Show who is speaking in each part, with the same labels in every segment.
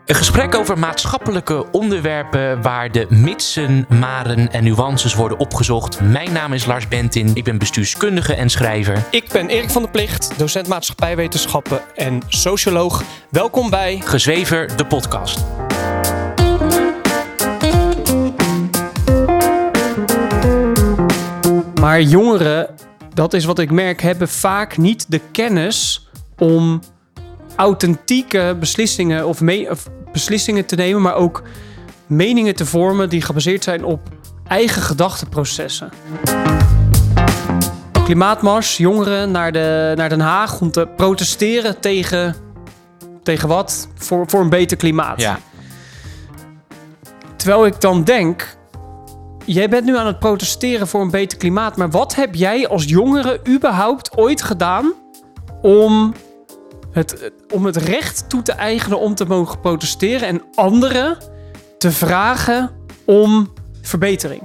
Speaker 1: Een gesprek over maatschappelijke onderwerpen waar de mitsen, maren en nuances worden opgezocht. Mijn naam is Lars Bentin, ik ben bestuurskundige en schrijver.
Speaker 2: Ik ben Erik van der Plicht, docent maatschappijwetenschappen en socioloog. Welkom bij
Speaker 1: Gezwever, de podcast.
Speaker 2: Maar jongeren, dat is wat ik merk, hebben vaak niet de kennis om authentieke beslissingen of beslissingen te nemen, maar ook meningen te vormen die gebaseerd zijn op eigen gedachteprocessen. Klimaatmars, jongeren naar Den Haag om te protesteren tegen wat? Voor een beter klimaat.
Speaker 1: Ja.
Speaker 2: Terwijl ik dan denk, jij bent nu aan het protesteren voor een beter klimaat, maar wat heb jij als jongere überhaupt ooit gedaan om het recht toe te eigenen om te mogen protesteren en anderen te vragen om verbetering?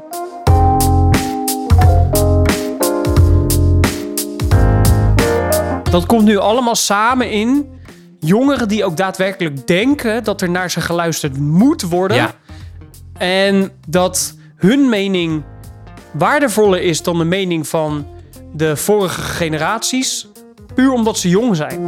Speaker 2: Dat komt nu allemaal samen in jongeren die ook daadwerkelijk denken dat er naar ze geluisterd moet worden.
Speaker 1: Ja.
Speaker 2: En dat hun mening waardevoller is dan de mening van de vorige generaties, puur omdat ze jong zijn.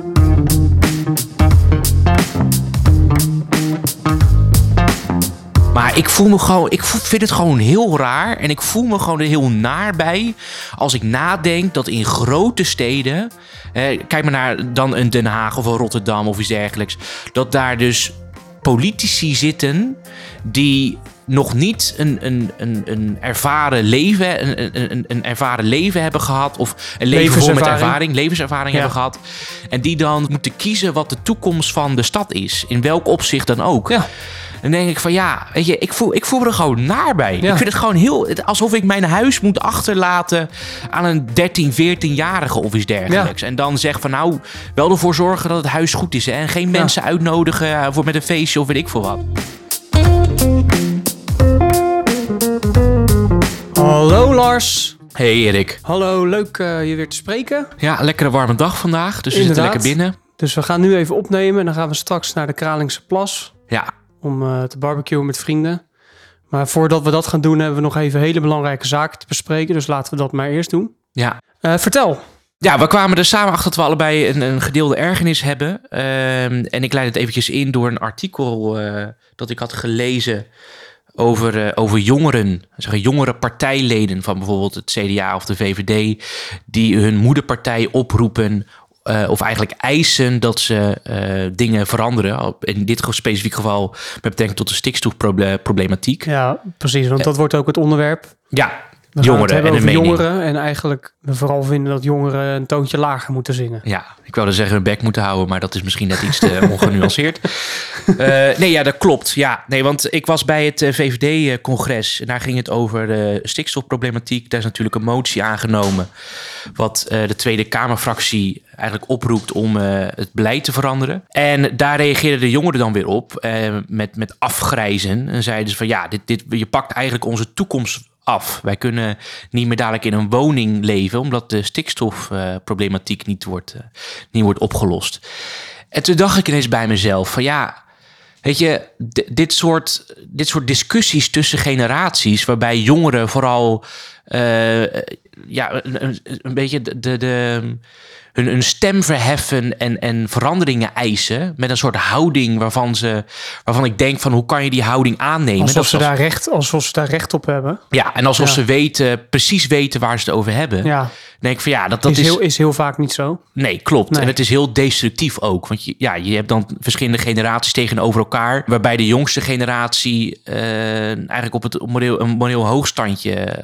Speaker 1: Maar ik vind het gewoon heel raar en ik voel me gewoon er heel naar bij als ik nadenk dat in grote steden, kijk maar naar dan een Den Haag of een Rotterdam of iets dergelijks, dat daar dus politici zitten die nog niet een ervaren leven, een ervaren leven hebben gehad, of een leven vol met levenservaring hebben gehad, en die dan moeten kiezen wat de toekomst van de stad is, in welk opzicht dan ook. Ja. Dan denk ik van ja, weet je, ik voel er gewoon naar bij. Ja. Ik vind het gewoon heel, alsof ik mijn huis moet achterlaten aan een 13, 14-jarige of iets dergelijks. Ja. En dan zeg van nou, wel ervoor zorgen dat het huis goed is, hè, en geen mensen uitnodigen voor met een feestje of weet ik veel wat.
Speaker 2: Hallo Lars.
Speaker 1: Hey Erik.
Speaker 2: Hallo, leuk je weer te spreken.
Speaker 1: Ja, lekkere warme dag vandaag, dus we zitten lekker binnen.
Speaker 2: Dus we gaan nu even opnemen en dan gaan we straks naar de Kralingse Plas.
Speaker 1: Ja.
Speaker 2: Om te barbecuen met vrienden. Maar voordat we dat gaan doen, hebben we nog even hele belangrijke zaken te bespreken. Dus laten we dat maar eerst doen.
Speaker 1: Ja.
Speaker 2: Vertel.
Speaker 1: Ja, we kwamen er samen achter dat we allebei een gedeelde ergernis hebben. En ik leid het eventjes in door een artikel dat ik had gelezen over jongeren, jongere partijleden van bijvoorbeeld het CDA of de VVD, die hun moederpartij oproepen of eigenlijk eisen dat ze dingen veranderen. In dit specifiek geval met betrekking tot de stikstofproblematiek.
Speaker 2: Ja, precies, want dat wordt ook het onderwerp.
Speaker 1: Ja,
Speaker 2: we gaan
Speaker 1: jongeren
Speaker 2: het hebben
Speaker 1: en
Speaker 2: over
Speaker 1: een mening.
Speaker 2: Jongeren en eigenlijk we vooral vinden dat jongeren een toontje lager moeten zingen.
Speaker 1: Ja, ik wilde zeggen hun bek moeten houden, maar dat is misschien net iets te ongenuanceerd. Nee, ja, dat klopt. Ja, nee, want ik was bij het VVD-congres en daar ging het over de stikstofproblematiek. Daar is natuurlijk een motie aangenomen wat de Tweede Kamerfractie eigenlijk oproept om het beleid te veranderen. En daar reageerden de jongeren dan weer op met afgrijzen en zeiden ze van ja, je pakt eigenlijk onze toekomst af. Wij kunnen niet meer dadelijk in een woning leven, omdat de stikstofproblematiek niet wordt opgelost. En toen dacht ik ineens bij mezelf van ja, weet je, dit soort discussies tussen generaties, waarbij jongeren vooral een beetje hun stem verheffen en veranderingen eisen met een soort houding waarvan ik denk van hoe kan je die houding aannemen?
Speaker 2: Alsof ze daar recht op hebben.
Speaker 1: Ja, en alsof ze precies weten waar ze het over hebben. Ja. Dan denk ik van ja, dat
Speaker 2: is heel vaak niet zo.
Speaker 1: Nee, klopt. Nee. En het is heel destructief ook. Want je hebt dan verschillende generaties tegenover elkaar, waarbij de jongste generatie eigenlijk op een moreel hoogstandje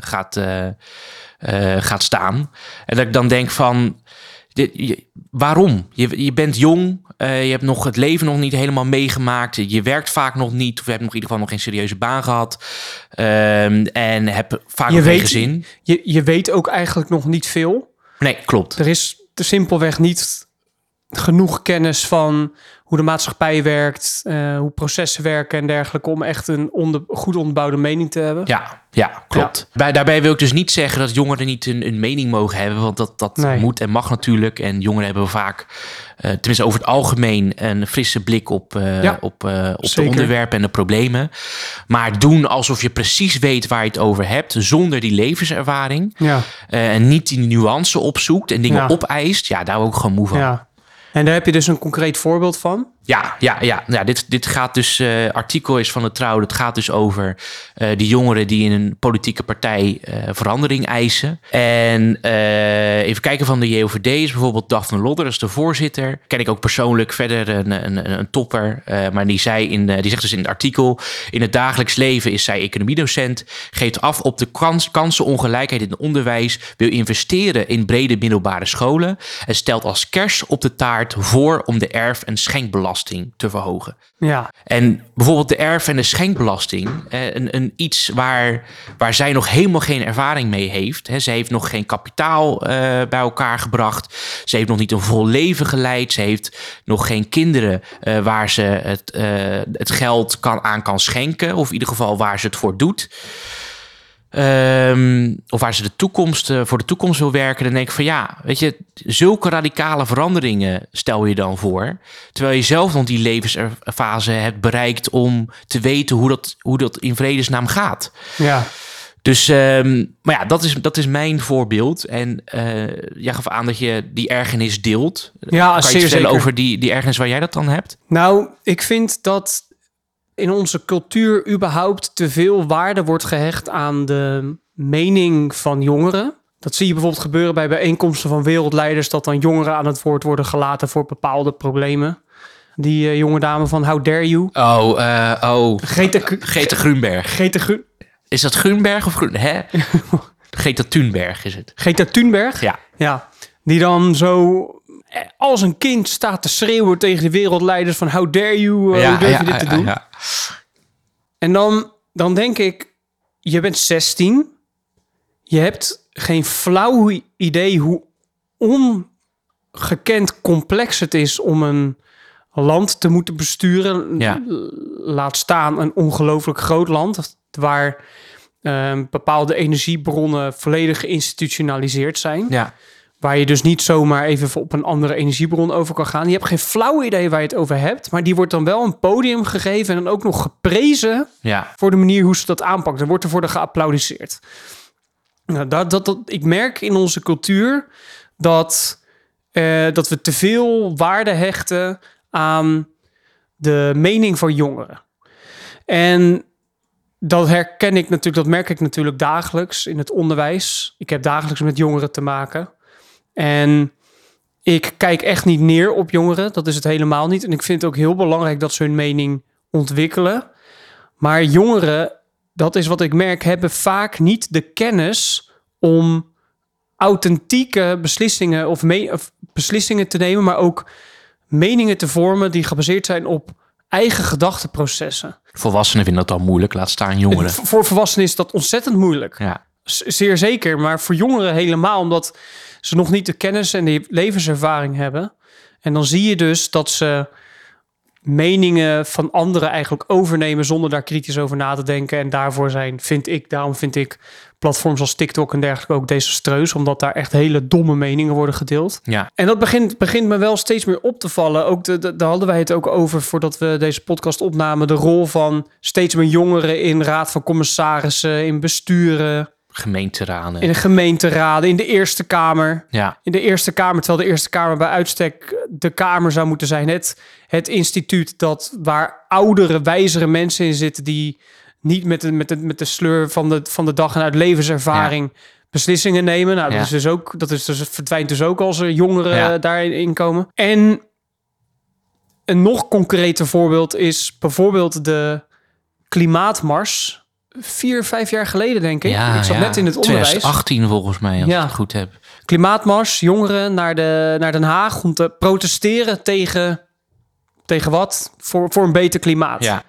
Speaker 1: gaat staan. En dat ik dan denk van waarom? Je bent jong, je hebt nog het leven nog niet helemaal meegemaakt. Je werkt vaak nog niet, of je hebt nog in ieder geval nog geen serieuze baan gehad. En heb vaak nog geen gezin.
Speaker 2: Je weet ook eigenlijk nog niet veel.
Speaker 1: Nee, klopt.
Speaker 2: Er is simpelweg niet genoeg kennis van hoe de maatschappij werkt, hoe processen werken en dergelijke, om echt een goed onderbouwde mening te hebben.
Speaker 1: Ja. Ja, klopt. Daarbij wil ik dus niet zeggen dat jongeren niet een mening mogen hebben. Want dat
Speaker 2: Nee.
Speaker 1: moet en mag natuurlijk. En jongeren hebben vaak, tenminste over het algemeen, een frisse blik op de
Speaker 2: zeker.
Speaker 1: onderwerpen en de problemen. Maar doen alsof je precies weet waar je het over hebt, zonder die levenservaring.
Speaker 2: Ja.
Speaker 1: En niet die nuance opzoekt en dingen opeist. Ja, daar word ik gewoon moe van.
Speaker 2: Ja. En daar heb je dus een concreet voorbeeld van?
Speaker 1: Ja, dit gaat dus... artikel is van de Trouw. Dat gaat dus over die jongeren die in een politieke partij verandering eisen. En even kijken, van de JOVD is bijvoorbeeld Daphne Lodder, dat is de voorzitter. Ken ik ook persoonlijk verder een topper. Maar die zegt dus in het artikel: in het dagelijks leven is zij economiedocent. Geeft af op de kansenongelijkheid in het onderwijs. Wil investeren in brede middelbare scholen. En stelt als kers op de taart voor om de erf- en schenkbelasting te verhogen.
Speaker 2: Ja.
Speaker 1: En bijvoorbeeld de erf- en de schenkbelasting, een iets waar zij nog helemaal geen ervaring mee heeft. Ze heeft nog geen kapitaal bij elkaar gebracht. Ze heeft nog niet een vol leven geleid. Ze heeft nog geen kinderen waar ze het geld aan kan schenken. Of in ieder geval waar ze het voor doet. Of waar ze voor de toekomst wil werken. Dan denk ik van ja, weet je, zulke radicale veranderingen stel je dan voor. Terwijl je zelf nog die levensfase hebt bereikt om te weten hoe dat in vredesnaam gaat.
Speaker 2: Ja.
Speaker 1: Dus, maar ja, dat is mijn voorbeeld. En jij gaf aan dat je die ergernis deelt.
Speaker 2: Ja,
Speaker 1: kan je
Speaker 2: zeer
Speaker 1: iets vertellen
Speaker 2: zeker.
Speaker 1: over die ergernis waar jij dat dan hebt?
Speaker 2: Nou, ik vind dat in onze cultuur überhaupt te veel waarde wordt gehecht aan de mening van jongeren. Dat zie je bijvoorbeeld gebeuren bij bijeenkomsten van wereldleiders, dat dan jongeren aan het woord worden gelaten voor bepaalde problemen. Die jonge dame van How Dare You.
Speaker 1: Greta Thunberg. Is dat Thunberg of Hè? Greta Thunberg is het.
Speaker 2: Greta Thunberg? Ja. Die dan zo als een kind staat te schreeuwen tegen de wereldleiders van How dare you, hoe durf je dit te doen? Ja. En dan denk ik, je bent 16. Je hebt geen flauw idee hoe ongekend complex het is om een land te moeten besturen. Ja. Laat staan een ongelooflijk groot land waar bepaalde energiebronnen volledig geïnstitutionaliseerd zijn. Ja. Waar je dus niet zomaar even op een andere energiebron over kan gaan. Je hebt geen flauw idee waar je het over hebt. Maar die wordt dan wel een podium gegeven en dan ook nog geprezen voor de manier hoe ze dat aanpakt. Er wordt ervoor geapplaudiseerd. Nou, ik merk in onze cultuur dat we te veel waarde hechten aan de mening van jongeren. En dat merk ik natuurlijk dagelijks in het onderwijs. Ik heb dagelijks met jongeren te maken. En ik kijk echt niet neer op jongeren. Dat is het helemaal niet. En ik vind het ook heel belangrijk dat ze hun mening ontwikkelen. Maar jongeren, dat is wat ik merk, hebben vaak niet de kennis om authentieke beslissingen of beslissingen te nemen, maar ook meningen te vormen die gebaseerd zijn op eigen gedachteprocessen.
Speaker 1: Volwassenen vinden dat al moeilijk, laat staan jongeren.
Speaker 2: Voor volwassenen is dat ontzettend moeilijk. Ja. Zeer zeker, maar voor jongeren helemaal, omdat ze nog niet de kennis en de levenservaring hebben. En dan zie je dus dat ze meningen van anderen eigenlijk overnemen zonder daar kritisch over na te denken. En daarom vind ik platforms als TikTok en dergelijke ook desastreus, omdat daar echt hele domme meningen worden gedeeld. Ja. En dat begint me wel steeds meer op te vallen. Ook daar hadden wij het ook over voordat we deze podcast opnamen. De rol van steeds meer jongeren in raad van commissarissen, in besturen.
Speaker 1: Gemeenteraden.
Speaker 2: In de gemeenteraden, in de Eerste Kamer. Ja. In de Eerste Kamer, terwijl de Eerste Kamer bij uitstek de Kamer zou moeten zijn. Het instituut waar oudere, wijzere mensen in zitten die niet met de sleur van de dag en uit levenservaring beslissingen nemen. Nou, dat verdwijnt dus ook als er jongeren daarin komen. En een nog concreter voorbeeld is bijvoorbeeld de klimaatmars. 4-5 jaar geleden, denk ik. Ja, ik zat net in het onderwijs.
Speaker 1: 2018 volgens mij, als ik het goed heb.
Speaker 2: Klimaatmars, jongeren naar Den Haag om te protesteren tegen wat? Voor een beter klimaat. Ja.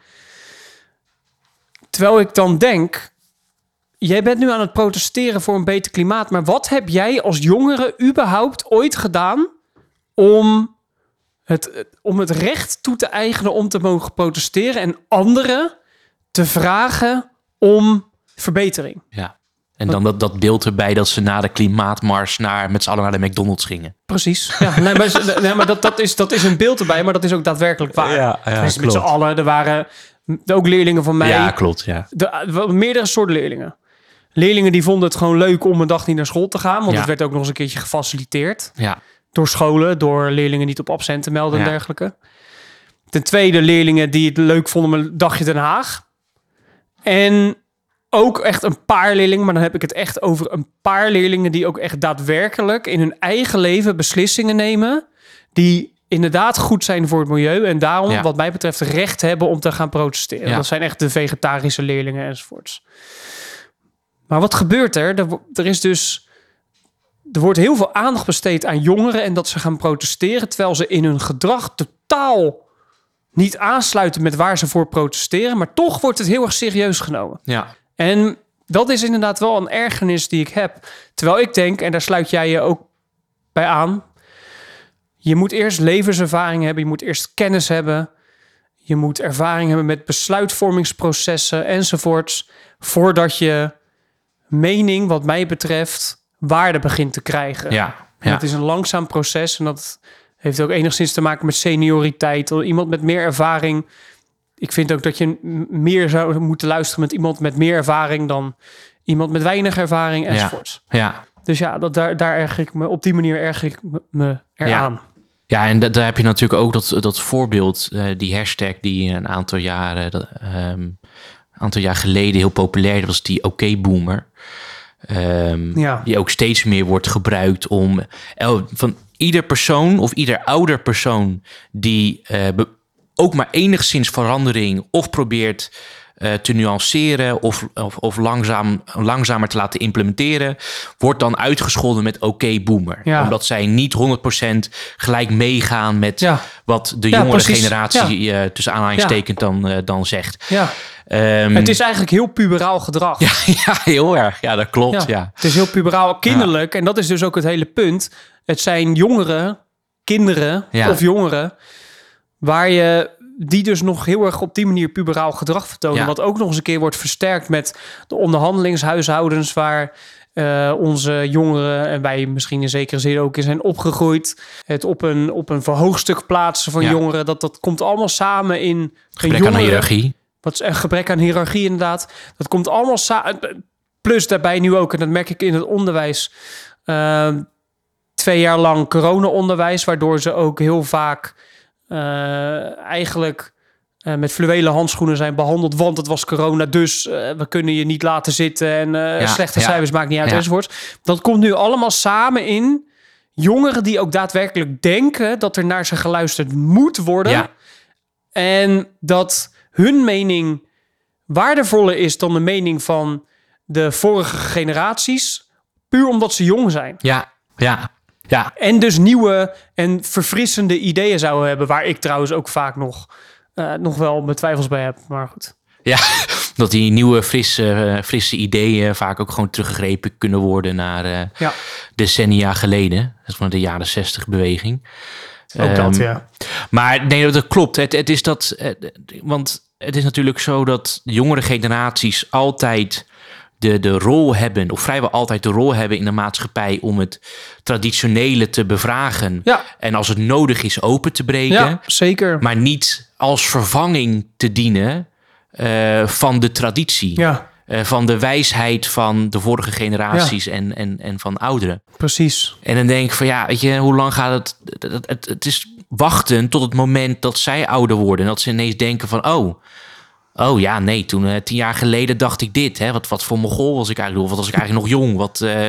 Speaker 2: Terwijl ik dan denk, jij bent nu aan het protesteren voor een beter klimaat, maar wat heb jij als jongere überhaupt ooit gedaan om het recht toe te eigenen om te mogen protesteren en anderen te vragen om verbetering.
Speaker 1: Ja. En dan dat beeld erbij dat ze na de klimaatmars met z'n allen naar de McDonald's gingen.
Speaker 2: Precies. Ja, maar dat is een beeld erbij, maar dat is ook daadwerkelijk waar.
Speaker 1: Ja,
Speaker 2: Dus met z'n allen, er waren ook leerlingen van mij.
Speaker 1: Ja, klopt, ja.
Speaker 2: Meerdere soorten leerlingen. Leerlingen die vonden het gewoon leuk om een dag niet naar school te gaan. Want het werd ook nog eens een keertje gefaciliteerd.
Speaker 1: Ja.
Speaker 2: Door scholen, door leerlingen niet op absent te melden en
Speaker 1: Ja.
Speaker 2: dergelijke. Ten tweede leerlingen die het leuk vonden om een dagje Den Haag. En ook echt een paar leerlingen, maar dan heb ik het echt over een paar leerlingen die ook echt daadwerkelijk in hun eigen leven beslissingen nemen die inderdaad goed zijn voor het milieu en daarom, wat mij betreft, recht hebben om te gaan protesteren.
Speaker 1: Ja.
Speaker 2: Dat zijn echt de vegetarische leerlingen enzovoorts. Maar wat gebeurt er? Er wordt heel veel aandacht besteed aan jongeren en dat ze gaan protesteren, terwijl ze in hun gedrag totaal niet aansluiten met waar ze voor protesteren, maar toch wordt het heel erg serieus genomen.
Speaker 1: Ja.
Speaker 2: En dat is inderdaad wel een ergernis die ik heb. Terwijl ik denk, en daar sluit jij je ook bij aan, je moet eerst levenservaring hebben, je moet eerst kennis hebben, je moet ervaring hebben met besluitvormingsprocessen enzovoorts, voordat je mening, wat mij betreft, waarde begint te krijgen.
Speaker 1: Ja.
Speaker 2: En het is een langzaam proces en dat heeft ook enigszins te maken met senioriteit. Iemand met meer ervaring. Ik vind ook dat je meer zou moeten luisteren met iemand met meer ervaring dan iemand met weinig ervaring enzovoorts.
Speaker 1: Ja.
Speaker 2: Dus ja, daar erger ik me, op die manier erger ik me eraan.
Speaker 1: Ja, en daar heb je natuurlijk ook dat voorbeeld, die hashtag die een aantal jaar geleden heel populair was, die oké-boomer. Die ook steeds meer wordt gebruikt om van ieder persoon of ieder ouder persoon die ook maar enigszins verandering of probeert te nuanceren of langzamer te laten implementeren, wordt dan uitgescholden met oké-boomer.
Speaker 2: Ja. Omdat
Speaker 1: zij niet 100% gelijk meegaan met wat de jongere generatie tussen aanhalingstekens dan zegt.
Speaker 2: Ja. Het is eigenlijk heel puberaal gedrag.
Speaker 1: Ja, heel erg. Ja, dat klopt. Ja.
Speaker 2: Het is heel puberaal kinderlijk. En dat is dus ook het hele punt. Het zijn kinderen of jongeren, die dus nog heel erg op die manier puberaal gedrag vertonen. Ja. Wat ook nog eens een keer wordt versterkt met de onderhandelingshuishoudens waar onze jongeren en wij misschien in zekere zin ook in zijn opgegroeid. Het op een verhoogstuk plaatsen van jongeren. Dat komt allemaal samen in
Speaker 1: gebrek aan hiërarchie.
Speaker 2: Wat is een gebrek aan hiërarchie inderdaad. Dat komt allemaal samen. Plus daarbij nu ook, en dat merk ik in het onderwijs, 2 jaar lang corona-onderwijs, waardoor ze ook heel vaak eigenlijk met fluwelen handschoenen zijn behandeld, want het was corona, dus we kunnen je niet laten zitten en slechte cijfers maakt niet uit enzovoort. Dat komt nu allemaal samen in jongeren die ook daadwerkelijk denken dat er naar ze geluisterd moet worden. Ja. En dat hun mening waardevoller is dan de mening van de vorige generaties, puur omdat ze jong zijn. Ja. En dus nieuwe en verfrissende ideeën zouden hebben, waar ik trouwens ook vaak nog wel mijn twijfels bij heb, maar goed.
Speaker 1: Ja, dat die nieuwe frisse ideeën vaak ook gewoon teruggegrepen kunnen worden naar decennia geleden. Dat is van de jaren 60 beweging.
Speaker 2: Ook dat, ja.
Speaker 1: Maar nee, dat klopt. Het is dat, want het is natuurlijk zo dat jongere generaties altijd de rol hebben, of vrijwel altijd de rol hebben in de maatschappij om het traditionele te bevragen. Ja. En als het nodig is open te breken.
Speaker 2: Ja, zeker.
Speaker 1: Maar niet als vervanging te dienen van de traditie. Ja. Van de wijsheid van de vorige generaties en van ouderen.
Speaker 2: Precies.
Speaker 1: En dan denk ik van weet je, hoe lang gaat het? Het is wachten tot het moment dat zij ouder worden. En dat ze ineens denken van, oh ja, nee, toen 10 jaar geleden dacht ik dit. Hè? Wat voor Mongool was ik eigenlijk? Of wat was ik eigenlijk nog jong?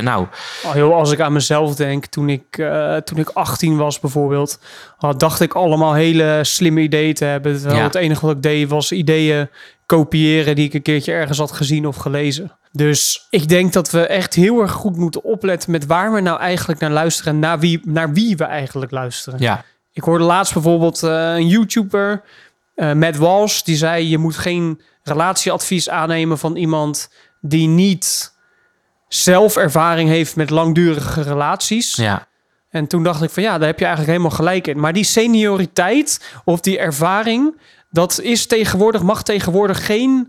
Speaker 2: Als ik aan mezelf denk, toen ik 18 was bijvoorbeeld, dacht ik allemaal hele slimme ideeën te hebben. Het enige wat ik deed was ideeën kopiëren die ik een keertje ergens had gezien of gelezen. Dus ik denk dat we echt heel erg goed moeten opletten met waar we nou eigenlijk naar luisteren en naar wie we eigenlijk luisteren. Ja. Ik hoorde laatst bijvoorbeeld een YouTuber, Matt Walsh, die zei, je moet geen relatieadvies aannemen van iemand die niet zelf ervaring heeft met langdurige relaties. Ja. En toen dacht ik van daar heb je eigenlijk helemaal gelijk in. Maar die senioriteit of die ervaring, mag tegenwoordig geen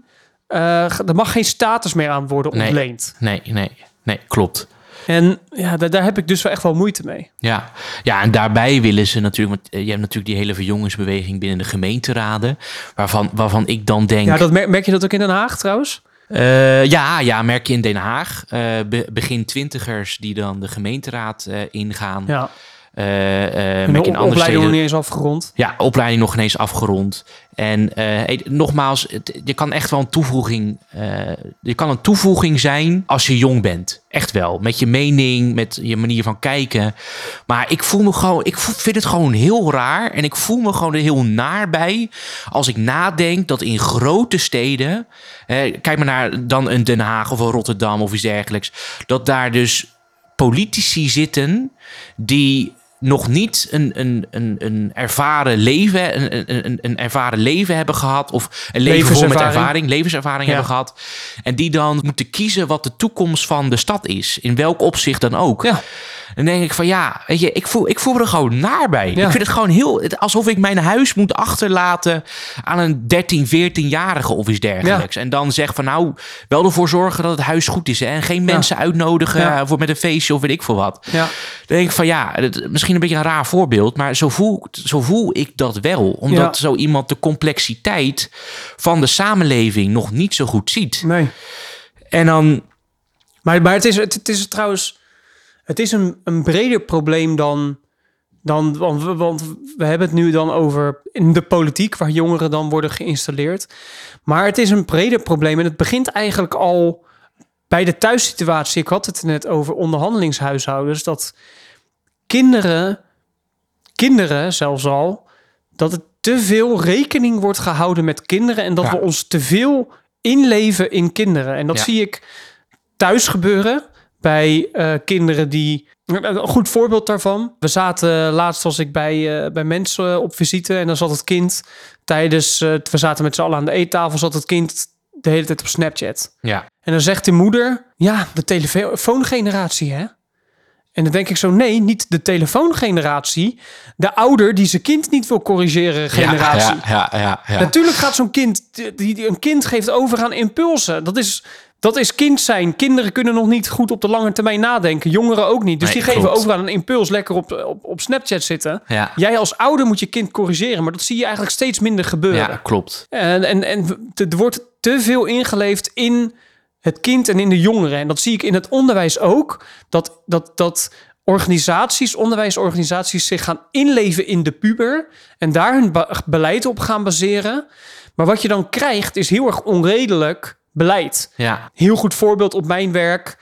Speaker 2: er mag geen status meer aan worden ontleend.
Speaker 1: Nee, klopt.
Speaker 2: En ja, daar heb ik dus wel echt wel moeite mee.
Speaker 1: Ja, en daarbij willen ze natuurlijk... Want je hebt natuurlijk die hele verjongingsbeweging binnen de gemeenteraden... waarvan ik dan denk...
Speaker 2: Ja, merk je dat ook in Den Haag trouwens?
Speaker 1: Ja, merk je in Den Haag. Begin twintigers die dan de gemeenteraad ingaan.
Speaker 2: Ja.
Speaker 1: De
Speaker 2: opleiding nog niet eens afgerond.
Speaker 1: Ja, opleiding nog ineens afgerond. En nogmaals, je kan echt wel een toevoeging... je kan een toevoeging zijn als je jong bent. Echt wel. Met je mening, met je manier van kijken. Maar ik vind het gewoon heel raar. En ik voel me gewoon er heel naar bij. Als ik nadenk dat in grote steden... kijk maar naar dan een Den Haag of een Rotterdam of iets dergelijks. Dat daar dus politici zitten die... nog niet een ervaren leven, een ervaren leven hebben gehad... of een leven vol met levenservaring hebben gehad... en die dan moeten kiezen wat de toekomst van de stad is. In welk opzicht dan ook. Ja. Dan denk ik van weet je, ik voel me er gewoon naar bij. Ja. Ik vind het gewoon alsof ik mijn huis moet achterlaten... aan een 13, 14-jarige of iets dergelijks. Ja. En dan zeg van wel ervoor zorgen dat het huis goed is... Hè? En geen mensen uitnodigen voor met een feestje of weet ik veel wat. Ja. Dan denk ik van misschien een beetje een raar voorbeeld... maar zo voel ik dat wel. Omdat zo iemand de complexiteit van de samenleving... nog niet zo goed ziet.
Speaker 2: Nee.
Speaker 1: En dan...
Speaker 2: Maar het is trouwens... Het is een breder probleem dan want we hebben het nu dan over in de politiek... waar jongeren dan worden geïnstalleerd. Maar het is een breder probleem. En het begint eigenlijk al bij de thuissituatie. Ik had het net over onderhandelingshuishoudens. Dat kinderen zelfs al... dat het te veel rekening wordt gehouden met kinderen... en dat we ons te veel inleven in kinderen. En dat zie ik thuis gebeuren... bij kinderen die... Een goed voorbeeld daarvan. We zaten laatst als ik bij mensen op visite... en dan zat het kind tijdens... we zaten met z'n allen aan de eettafel... zat het kind de hele tijd op Snapchat. Ja. En dan zegt de moeder... ja, de telefoongeneratie, hè? En dan denk ik zo... nee, niet de telefoongeneratie. De ouder die zijn kind niet wil corrigeren generatie. Ja. Natuurlijk gaat zo'n kind... een kind geeft over aan impulsen. Dat is kind zijn. Kinderen kunnen nog niet goed op de lange termijn nadenken. Jongeren ook niet. Dus die geven over aan een impuls lekker op Snapchat zitten. Ja. Jij als ouder moet je kind corrigeren. Maar dat zie je eigenlijk steeds minder gebeuren.
Speaker 1: Ja, klopt.
Speaker 2: En er wordt te veel ingeleefd in het kind en in de jongeren. En dat zie ik in het onderwijs ook. Dat onderwijsorganisaties zich gaan inleven in de puber. En daar hun beleid op gaan baseren. Maar wat je dan krijgt is heel erg onredelijk... beleid. Ja. Heel goed voorbeeld op mijn werk.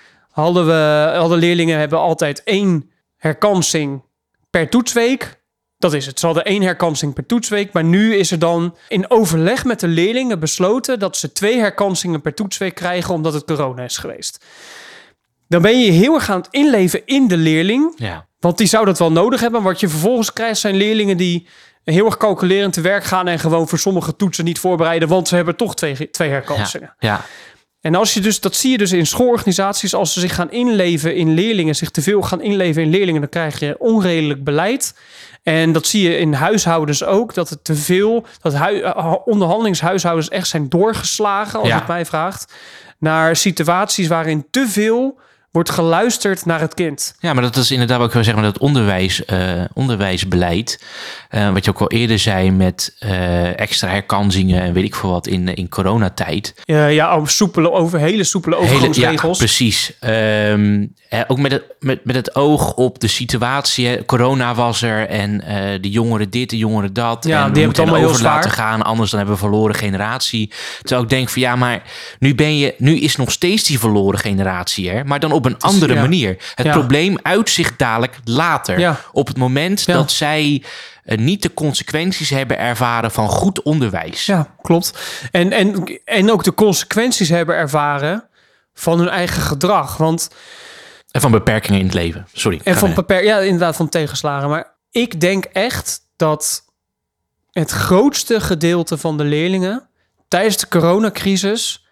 Speaker 2: Alle leerlingen hebben altijd 1 herkansing per toetsweek. Dat is het. Ze hadden 1 herkansing per toetsweek. Maar nu is er dan in overleg met de leerlingen besloten... dat ze 2 herkansingen per toetsweek krijgen... omdat het corona is geweest. Dan ben je heel erg aan het inleven in de leerling. Ja. Want die zou dat wel nodig hebben. Wat je vervolgens krijgt zijn leerlingen die... heel erg calculerend te werk gaan... en gewoon voor sommige toetsen niet voorbereiden... want ze hebben toch 2 herkansingen. Ja. En dat zie je dus in schoolorganisaties... als ze zich gaan inleven in leerlingen... zich te veel gaan inleven in leerlingen... dan krijg je onredelijk beleid. En dat zie je in huishoudens ook... dat het te veel... dat onderhandelingshuishoudens echt zijn doorgeslagen... als het mij vraagt... naar situaties waarin te veel... wordt geluisterd naar het kind.
Speaker 1: Ja, maar dat is inderdaad ook zeg maar dat onderwijsbeleid. Wat je ook al eerder zei met extra herkansingen en weet ik veel wat in coronatijd.
Speaker 2: Over hele soepele overgangsregels.
Speaker 1: Ja, precies. Ook met het oog op de situatie. Hè. Corona was er en de jongeren dit, de jongeren dat.
Speaker 2: Ja,
Speaker 1: en
Speaker 2: die hebben het allemaal heel zwaar
Speaker 1: laten gaan. Anders dan hebben we een verloren generatie. Terwijl ik denk van maar nu is nog steeds die verloren generatie er. Maar dan op een andere manier. Het probleem uitzicht dadelijk later. Ja. Op het moment dat zij niet de consequenties hebben ervaren van goed onderwijs.
Speaker 2: Ja, klopt. En ook de consequenties hebben ervaren van hun eigen gedrag.
Speaker 1: En van beperkingen in het leven. Sorry.
Speaker 2: En inderdaad van tegenslagen. Maar ik denk echt dat het grootste gedeelte van de leerlingen tijdens de coronacrisis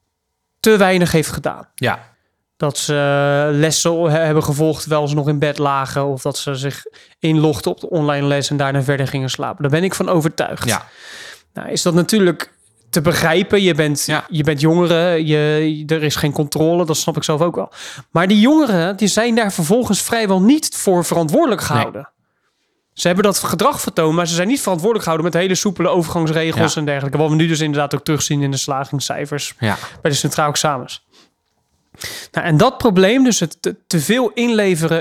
Speaker 2: te weinig heeft gedaan. Ja. Dat ze lessen hebben gevolgd terwijl ze nog in bed lagen. Of dat ze zich inlogden op de online les en daarna verder gingen slapen. Daar ben ik van overtuigd. Ja. Nou, is dat natuurlijk te begrijpen. Je
Speaker 1: Ja.
Speaker 2: bent jongeren, er is geen controle, dat snap ik zelf ook wel. Maar die jongeren, die zijn daar vervolgens vrijwel niet voor verantwoordelijk gehouden. Nee. Ze hebben dat gedrag vertoond, maar ze zijn niet verantwoordelijk gehouden met hele soepele overgangsregels en dergelijke. Wat we nu dus inderdaad ook terugzien in de slagingscijfers bij de centraal examens. Nou, en dat probleem, dus het te veel inleveren...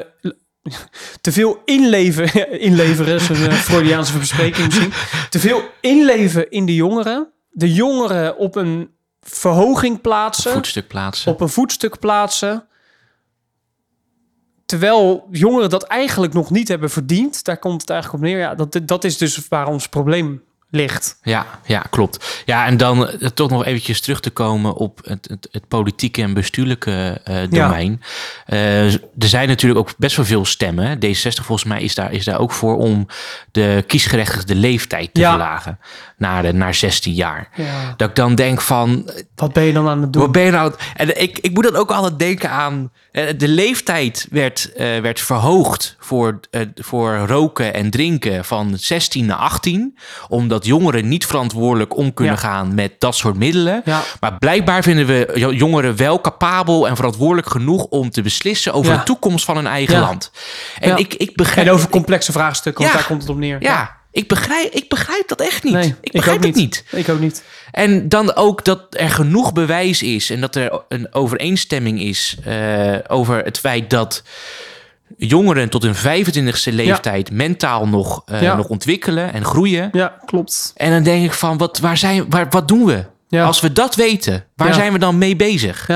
Speaker 2: inleveren is een Freudiaanse verspreking misschien. Te veel inleven in de jongeren op een verhoging plaatsen. Op een voetstuk plaatsen. Terwijl jongeren dat eigenlijk nog niet hebben verdiend. Daar komt het eigenlijk op neer. Ja, dat is dus waar ons probleem ligt.
Speaker 1: Ja, klopt. Ja, en dan toch nog eventjes terug te komen op het politieke en bestuurlijke domein. Er zijn natuurlijk ook best wel veel stemmen. D66 volgens mij is daar ook voor om de kiesgerechtigde leeftijd te verlagen naar 16 jaar. Ja. Dat ik dan denk van...
Speaker 2: Wat ben je dan aan het doen?
Speaker 1: Wat ben je nou? En ik moet dan ook altijd denken aan... De leeftijd werd verhoogd voor roken en drinken van 16 naar 18. Omdat jongeren niet verantwoordelijk om kunnen gaan met dat soort middelen. Ja. Maar blijkbaar vinden we jongeren wel capabel en verantwoordelijk genoeg om te beslissen over de toekomst van hun eigen land. En ik begrijp...
Speaker 2: En over complexe vraagstukken, want daar komt het op neer.
Speaker 1: Ja. Ik begrijp dat echt niet. Nee, ik begrijp het niet.
Speaker 2: Ik ook niet.
Speaker 1: En dan ook dat er genoeg bewijs is en dat er een overeenstemming is over het feit dat jongeren tot hun 25e leeftijd mentaal nog ontwikkelen en groeien. Ja, klopt. En dan denk ik van, wat doen we? Ja. Als we dat weten, waar zijn we dan mee bezig?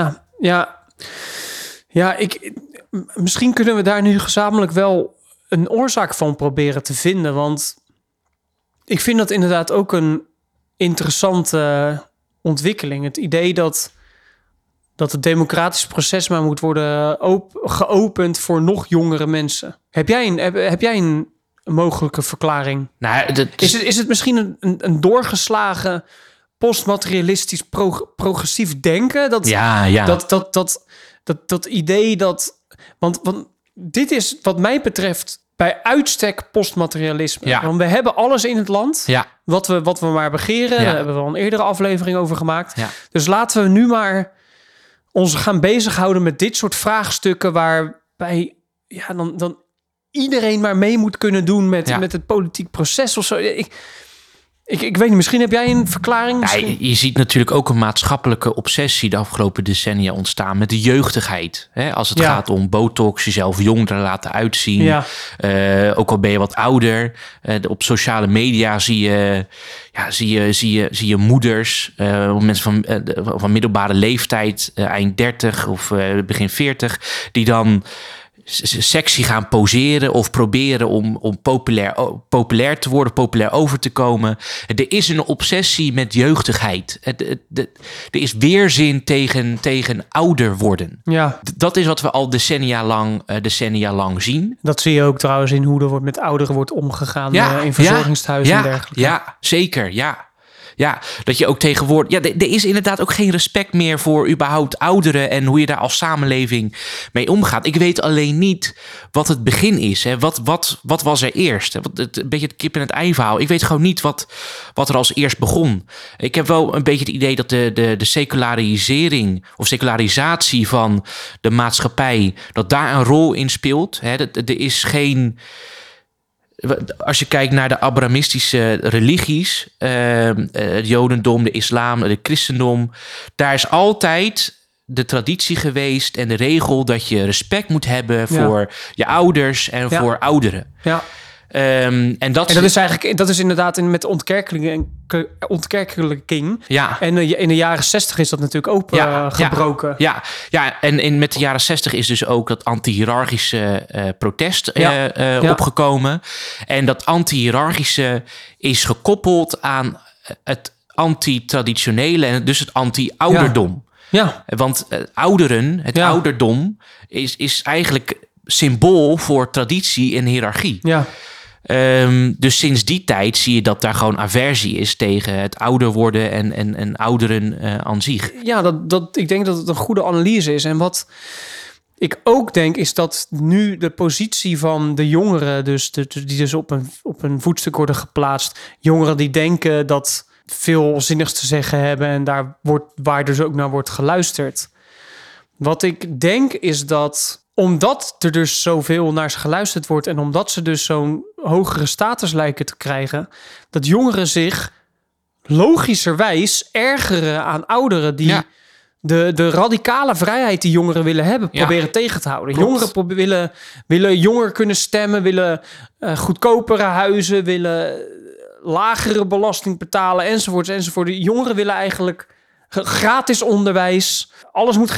Speaker 2: Misschien kunnen we daar nu gezamenlijk wel een oorzaak van proberen te vinden, want ik vind dat inderdaad ook een interessante ontwikkeling. Het idee dat het democratisch proces maar moet worden geopend voor nog jongere mensen. Heb jij een mogelijke verklaring?
Speaker 1: Nou,
Speaker 2: is het misschien een doorgeslagen postmaterialistisch progressief denken? Dat idee dat... Want dit is wat mij betreft bij uitstek postmaterialisme. Ja. Want we hebben alles in het land wat we maar begeren. Daar hebben we al een eerdere aflevering over gemaakt. Ja. Dus laten we nu maar ons gaan bezighouden met dit soort vraagstukken waarbij dan iedereen maar mee moet kunnen doen met het politiek proces of zo. Ik weet niet, misschien heb jij een verklaring?
Speaker 1: Ja, je ziet natuurlijk ook een maatschappelijke obsessie de afgelopen decennia ontstaan met de jeugdigheid. Hè? Als het gaat om botox, jezelf jonger laten uitzien. Ja. Ook al ben je wat ouder. Op sociale media zie je moeders, mensen van middelbare leeftijd, eind 30 of begin 40, die dan sexy gaan poseren of proberen om populair te worden, populair over te komen. Er is een obsessie met jeugdigheid. Er is weerzin tegen ouder worden. Ja. Dat is wat we al decennia lang zien.
Speaker 2: Dat zie je ook trouwens in hoe er met ouderen wordt omgegaan in verzorgingstehuizen en dergelijke.
Speaker 1: Ja, zeker, Ja, dat je ook tegenwoordig... Ja, er is inderdaad ook geen respect meer voor überhaupt ouderen en hoe je daar als samenleving mee omgaat. Ik weet alleen niet wat het begin is. Hè. Wat was er eerst? Een beetje het kip en het ei verhaal. Ik weet gewoon niet wat er als eerst begon. Ik heb wel een beetje het idee dat de secularisering of secularisatie van de maatschappij, dat daar een rol in speelt. Hè. Er is geen... Als je kijkt naar de Abrahamistische religies, het Jodendom, de islam, het christendom, daar is altijd de traditie geweest en de regel dat je respect moet hebben voor je ouders en voor ouderen. Ja.
Speaker 2: En dat is inderdaad met ontkerkelijking. Ja. En in de jaren 60 is dat natuurlijk ook gebroken.
Speaker 1: En met de jaren 60 is dus ook dat anti-hiërarchische protest opgekomen. En dat anti-hiërarchische is gekoppeld aan het anti-traditionele en dus het anti-ouderdom. Ja. Want ouderdom is eigenlijk symbool voor traditie en hiërarchie. Ja. Dus sinds die tijd zie je dat daar gewoon aversie is tegen het ouder worden en ouderen aan zich.
Speaker 2: Ja, ik denk dat het een goede analyse is. En wat ik ook denk is dat nu de positie van de jongeren, die dus op een voetstuk worden geplaatst, jongeren die denken dat veel zinnigs te zeggen hebben en waar dus ook naar wordt geluisterd. Wat ik denk is dat omdat er dus zoveel naar ze geluisterd wordt en omdat ze dus zo'n hogere status lijken te krijgen, dat jongeren zich logischerwijs ergeren aan ouderen die de radicale vrijheid die jongeren willen hebben proberen tegen te houden.
Speaker 1: Klopt.
Speaker 2: Jongeren willen jonger kunnen stemmen, willen goedkopere huizen, willen lagere belasting betalen enzovoort. De jongeren willen eigenlijk gratis onderwijs. Alles moet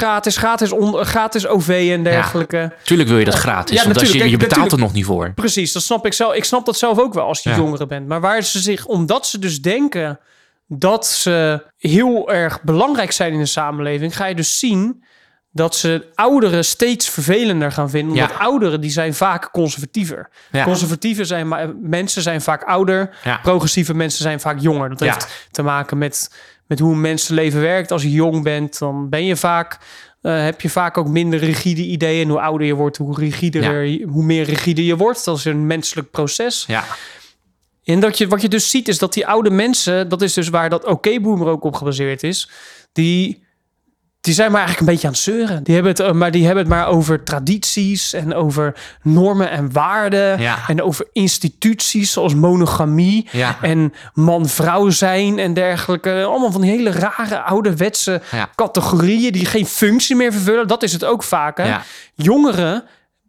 Speaker 2: gratis OV en dergelijke.
Speaker 1: Ja, tuurlijk wil je dat gratis, want je betaalt er nog niet voor.
Speaker 2: Precies, dat snap ik zelf. Ik snap dat zelf ook wel als je jongeren bent. Maar waar ze zich, omdat ze dus denken dat ze heel erg belangrijk zijn in de samenleving, ga je dus zien dat ze ouderen steeds vervelender gaan vinden. Omdat ouderen, die zijn vaak conservatiever. Ja. Conservatieve mensen zijn vaak ouder. Ja. Progressieve mensen zijn vaak jonger. Dat heeft te maken met hoe een mensenleven werkt. Als je jong bent, dan ben je vaak heb je vaak ook minder rigide ideeën. En hoe ouder je wordt, hoe meer rigide je wordt. Dat is een menselijk proces. Ja. En wat je dus ziet is dat die oude mensen, dat is dus waar dat oké-boomer ook op gebaseerd is, die zijn maar eigenlijk een beetje aan het zeuren. Die hebben het maar over tradities en over normen en waarden. Ja. En over instituties zoals monogamie en man-vrouw zijn en dergelijke. Allemaal van die hele rare ouderwetse categorieën die geen functie meer vervullen. Dat is het ook vaak. Hè? Ja. Jongeren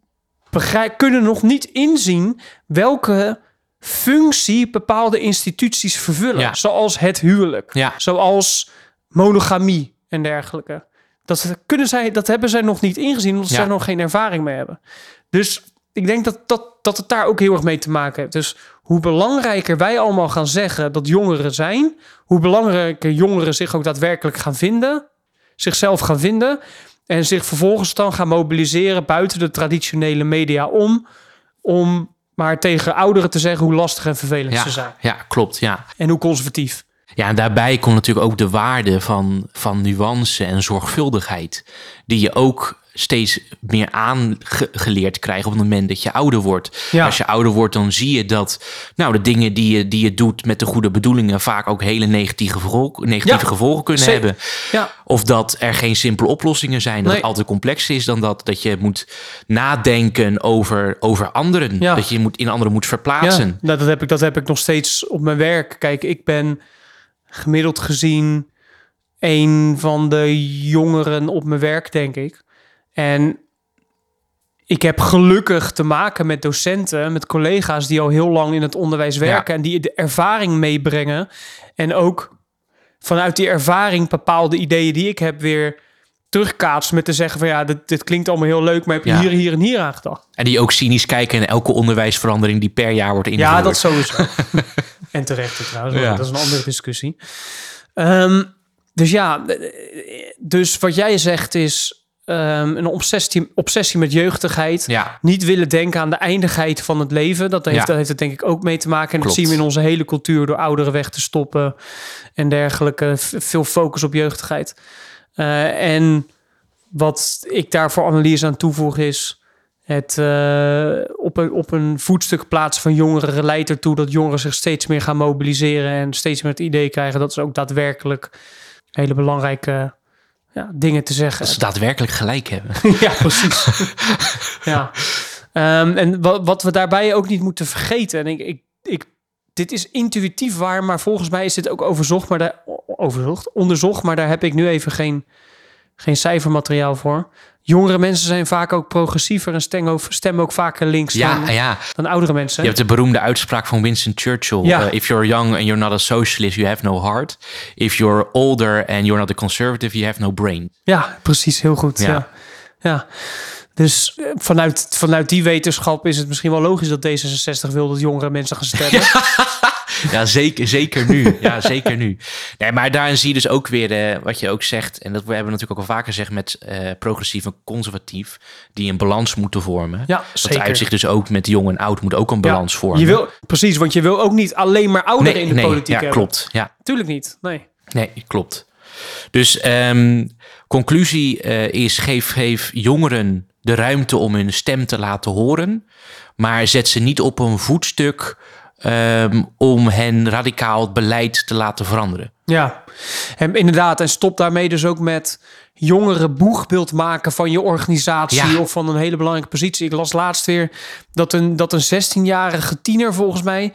Speaker 2: kunnen nog niet inzien welke functie bepaalde instituties vervullen. Ja. Zoals het huwelijk. Ja. Zoals monogamie en dergelijke. Dat hebben zij nog niet ingezien, omdat ze daar nog geen ervaring mee hebben. Dus ik denk dat het daar ook heel erg mee te maken heeft. Dus hoe belangrijker wij allemaal gaan zeggen dat jongeren zijn, hoe belangrijker jongeren zich ook daadwerkelijk gaan vinden, zichzelf gaan vinden en zich vervolgens dan gaan mobiliseren buiten de traditionele media om maar tegen ouderen te zeggen hoe lastig en vervelend ze zijn. Ja, klopt. Ja. En hoe conservatief.
Speaker 1: Ja, en daarbij komt natuurlijk ook de waarde van nuance en zorgvuldigheid, die je ook steeds meer aangeleerd krijgt op het moment dat je ouder wordt. Ja. Als je ouder wordt, dan zie je dat de dingen die je doet met de goede bedoelingen vaak ook hele negatieve gevolgen kunnen hebben. Ja. Of dat er geen simpele oplossingen zijn. Dat het altijd complexer is dan dat je moet nadenken over anderen. Ja. Dat je in anderen moet verplaatsen.
Speaker 2: Ja. Dat heb ik nog steeds op mijn werk. Kijk, ik ben gemiddeld gezien een van de jongeren op mijn werk, denk ik. En ik heb gelukkig te maken met docenten, met collega's die al heel lang in het onderwijs werken en die de ervaring meebrengen. En ook vanuit die ervaring bepaalde ideeën die ik heb weer terugkaatsen met te zeggen van dit klinkt allemaal heel leuk, maar heb je hier en hier aan gedacht.
Speaker 1: En die ook cynisch kijken naar elke onderwijsverandering die per jaar wordt ingevoerd.
Speaker 2: Ja, dat sowieso. En terecht trouwens, dat is een andere discussie. Dus wat jij zegt is een obsessie met jeugdigheid. Ja. Niet willen denken aan de eindigheid van het leven. Dat heeft het denk ik ook mee te maken. En Klopt. Dat zien we in onze hele cultuur door ouderen weg te stoppen en dergelijke. Veel focus op jeugdigheid. En wat ik daar voor analyse aan toevoeg is het op een voetstuk plaatsen van jongeren leidt ertoe dat jongeren zich steeds meer gaan mobiliseren en steeds meer het idee krijgen dat ze ook daadwerkelijk hele belangrijke dingen te zeggen.
Speaker 1: Dat ze daadwerkelijk gelijk hebben.
Speaker 2: Ja, precies. Ja. En wat we daarbij ook niet moeten vergeten, en dit is intuïtief waar, maar volgens mij is dit ook onderzocht, maar daar heb ik nu even geen cijfermateriaal voor. Jongere mensen zijn vaak ook progressiever en stemmen ook vaker links dan oudere mensen.
Speaker 1: Je hebt de beroemde uitspraak van Winston Churchill. If you're young and you're not a socialist, you have no heart. If you're older and you're not a conservative, you have no brain.
Speaker 2: Ja, precies. Heel goed. Ja. Dus vanuit die wetenschap is het misschien wel logisch dat D66 wil dat jongere mensen gaan stemmen.
Speaker 1: Ja, zeker nu. Ja, zeker nu. Nee, maar daarin zie je dus ook weer wat je ook zegt. En dat hebben we natuurlijk ook al vaker gezegd met progressief en conservatief. Die een balans moeten vormen. Ja, dat uitzicht dus ook met jong en oud moet ook een balans vormen.
Speaker 2: Precies, want je wil ook niet alleen maar ouderen in de politiek hebben.
Speaker 1: Klopt. Ja,
Speaker 2: tuurlijk niet.
Speaker 1: Nee, klopt. Dus conclusie is geef jongeren de ruimte om hun stem te laten horen. Maar zet ze niet op een voetstuk om hen radicaal het beleid te laten veranderen.
Speaker 2: Ja, en inderdaad. En stop daarmee dus ook met jongeren boegbeeld maken van je organisatie of van een hele belangrijke positie. Ik las laatst weer dat een 16-jarige tiener volgens mij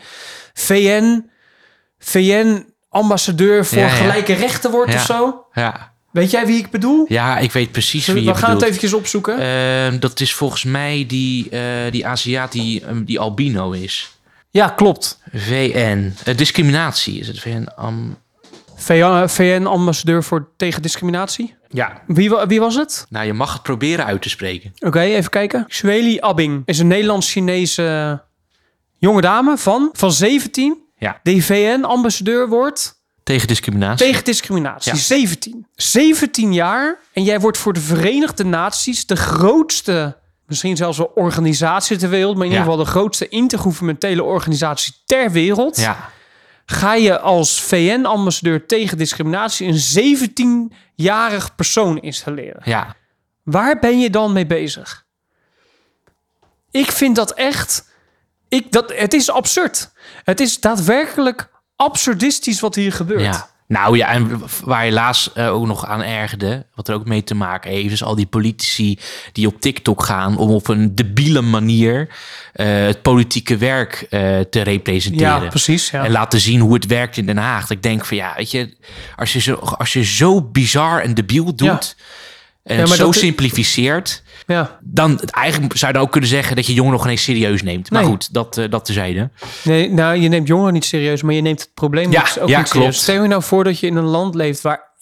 Speaker 2: VN-ambassadeur voor gelijke rechten wordt of zo.
Speaker 1: Ja.
Speaker 2: Weet jij wie ik bedoel?
Speaker 1: Ja, ik weet precies wie je bedoelt.
Speaker 2: We gaan het eventjes opzoeken.
Speaker 1: Dat is volgens mij die Aziat die albino is.
Speaker 2: Ja, klopt.
Speaker 1: VN. Discriminatie is het.
Speaker 2: VN-ambassadeur tegen discriminatie.
Speaker 1: Ja.
Speaker 2: Wie was het?
Speaker 1: Nou, je mag het proberen uit te spreken.
Speaker 2: Oké, even kijken. Xueli Abbing is een Nederlands-Chinese jonge dame van 17...
Speaker 1: Ja.
Speaker 2: Die VN-ambassadeur wordt...
Speaker 1: Tegen discriminatie.
Speaker 2: Tegen discriminatie.
Speaker 1: Ja.
Speaker 2: 17. 17 jaar en jij wordt voor de Verenigde Naties de grootste, misschien zelfs wel organisatie ter wereld, maar in ieder geval de grootste intergouvernementele organisatie ter wereld.
Speaker 1: Ja.
Speaker 2: Ga je als VN-ambassadeur tegen discriminatie een 17-jarig persoon installeren.
Speaker 1: Ja.
Speaker 2: Waar ben je dan mee bezig? Ik vind dat echt... Het is absurd. Het is daadwerkelijk absurdistisch wat hier gebeurt.
Speaker 1: Ja. Nou ja, en waar je laatst ook nog aan ergerde, wat er ook mee te maken heeft, is al die politici die op TikTok gaan om op een debiele manier het politieke werk te representeren.
Speaker 2: Ja, precies. Ja.
Speaker 1: En laten zien hoe het werkt in Den Haag. Ik denk van ja, weet je, als je zo bizar en debiel doet en zo simplificeert, dan eigenlijk zou je dan ook kunnen zeggen dat je jongeren nog ineens serieus neemt. Maar goed, dat tezijde.
Speaker 2: Nee, nou, je neemt jongeren niet serieus, maar je neemt het probleem ook niet
Speaker 1: klopt.
Speaker 2: serieus. Stel je nou voor dat je in een land leeft waar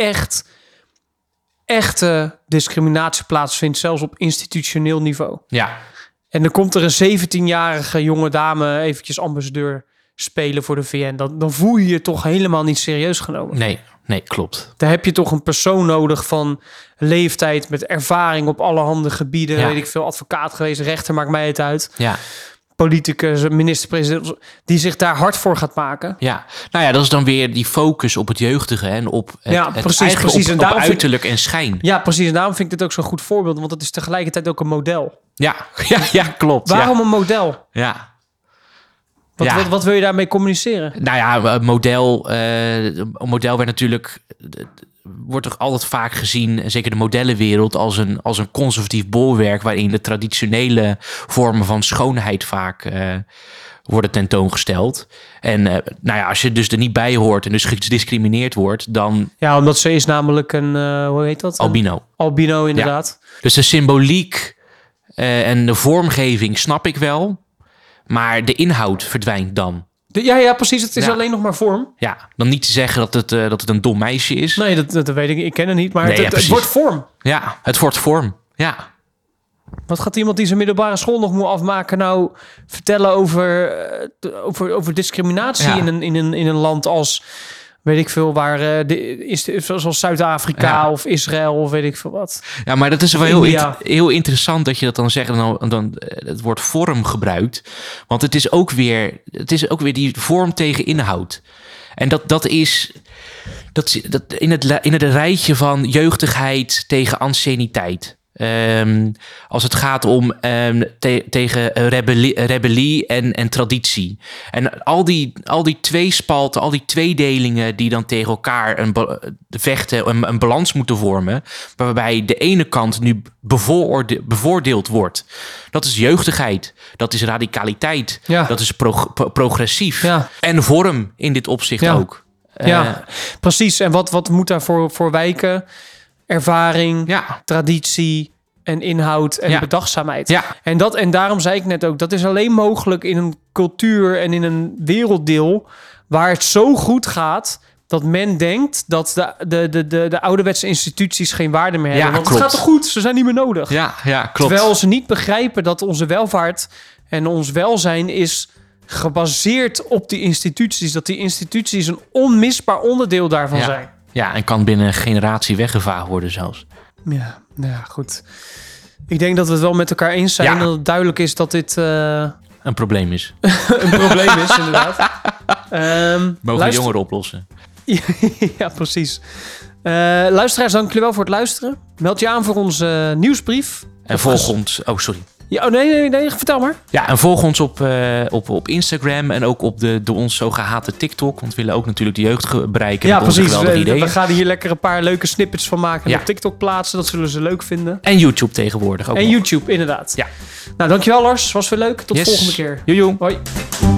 Speaker 2: echte discriminatie plaatsvindt, zelfs op institutioneel niveau.
Speaker 1: Ja.
Speaker 2: En dan komt er een 17-jarige jonge dame eventjes ambassadeur spelen voor de VN. Dan voel je je toch helemaal niet serieus genomen.
Speaker 1: Nee, klopt.
Speaker 2: Daar heb je toch een persoon nodig van leeftijd met ervaring op allerhande gebieden. Weet ik veel, advocaat geweest, rechter, maakt mij het uit.
Speaker 1: Ja.
Speaker 2: Politicus, minister-president, die zich daar hard voor gaat maken.
Speaker 1: Ja, nou ja, dat is dan weer die focus op het jeugdige en op het
Speaker 2: precies.
Speaker 1: Op uiterlijk en schijn.
Speaker 2: Ja, precies. En daarom vind ik dit ook zo'n goed voorbeeld, want het is tegelijkertijd ook een model.
Speaker 1: Ja, klopt.
Speaker 2: Waarom een model?
Speaker 1: Ja.
Speaker 2: Wat wil je daarmee communiceren?
Speaker 1: Nou ja, een model werd natuurlijk... wordt toch altijd vaak gezien, zeker de modellenwereld, als een conservatief bolwerk waarin de traditionele vormen van schoonheid vaak worden tentoongesteld. En nou ja, als je dus er niet bij hoort en dus gediscrimineerd wordt, dan...
Speaker 2: Ja, omdat ze is namelijk een, hoe heet dat?
Speaker 1: Albino.
Speaker 2: Albino, inderdaad.
Speaker 1: Ja. Dus de symboliek en de vormgeving snap ik wel, maar de inhoud verdwijnt dan.
Speaker 2: Ja, precies. Het is alleen nog maar vorm.
Speaker 1: Ja, dan niet te zeggen dat het een dom meisje is.
Speaker 2: Nee, dat weet ik. Ik ken het niet, maar het wordt vorm.
Speaker 1: Ja, het wordt vorm. Ja.
Speaker 2: Wat gaat iemand die zijn middelbare school nog moet afmaken nou vertellen over discriminatie in een land als, weet ik veel, waar zoals Zuid-Afrika of Israël of weet ik veel wat.
Speaker 1: Ja, maar dat is wel heel interessant dat je dat dan zegt en dan het woord vorm gebruikt. Want het is ook weer die vorm tegen inhoud. En dat is in het rijtje van jeugdigheid tegen anciëniteit. Als het gaat om tegen rebellie en traditie. En al die tweespalten, al die tweedelingen die dan tegen elkaar vechten, een balans moeten vormen, waarbij de ene kant nu bevoordeeld wordt. Dat is jeugdigheid, dat is radicaliteit, dat is progressief. Ja. En vorm in dit opzicht ook.
Speaker 2: Ja, precies. En wat moet daarvoor voor wijken? Ervaring, traditie en inhoud en bedachtzaamheid. Ja. En daarom zei ik net ook, dat is alleen mogelijk in een cultuur en in een werelddeel waar het zo goed gaat dat men denkt dat de ouderwetse instituties geen waarde meer hebben. Want het gaat toch goed, ze zijn niet meer nodig.
Speaker 1: Ja, klopt.
Speaker 2: Terwijl ze niet begrijpen dat onze welvaart en ons welzijn is gebaseerd op die instituties. Dat die instituties een onmisbaar onderdeel daarvan zijn.
Speaker 1: Ja, en kan binnen een generatie weggevaagd worden zelfs.
Speaker 2: Ja, goed. Ik denk dat we het wel met elkaar eens zijn. Dat het duidelijk is dat dit...
Speaker 1: een probleem is.
Speaker 2: een probleem is, inderdaad.
Speaker 1: Mogen jongeren oplossen.
Speaker 2: Ja, precies. Luisteraars, dank jullie wel voor het luisteren. Meld je aan voor onze nieuwsbrief.
Speaker 1: En volg ons... Oh, sorry.
Speaker 2: Ja, nee, vertel maar.
Speaker 1: Ja, en volg ons op Instagram en ook op de door ons zo gehate TikTok. Want we willen ook natuurlijk de jeugd bereiken met onze geweldige ideeën.
Speaker 2: We gaan hier lekker een paar leuke snippets van maken en
Speaker 1: Ja.
Speaker 2: op TikTok plaatsen. Dat zullen ze leuk vinden.
Speaker 1: En YouTube tegenwoordig ook
Speaker 2: En
Speaker 1: nog.
Speaker 2: YouTube, inderdaad.
Speaker 1: Ja.
Speaker 2: Nou, dankjewel Lars. Was weer leuk. Tot de
Speaker 1: Yes.
Speaker 2: volgende keer.
Speaker 1: Joejoe.
Speaker 2: Hoi.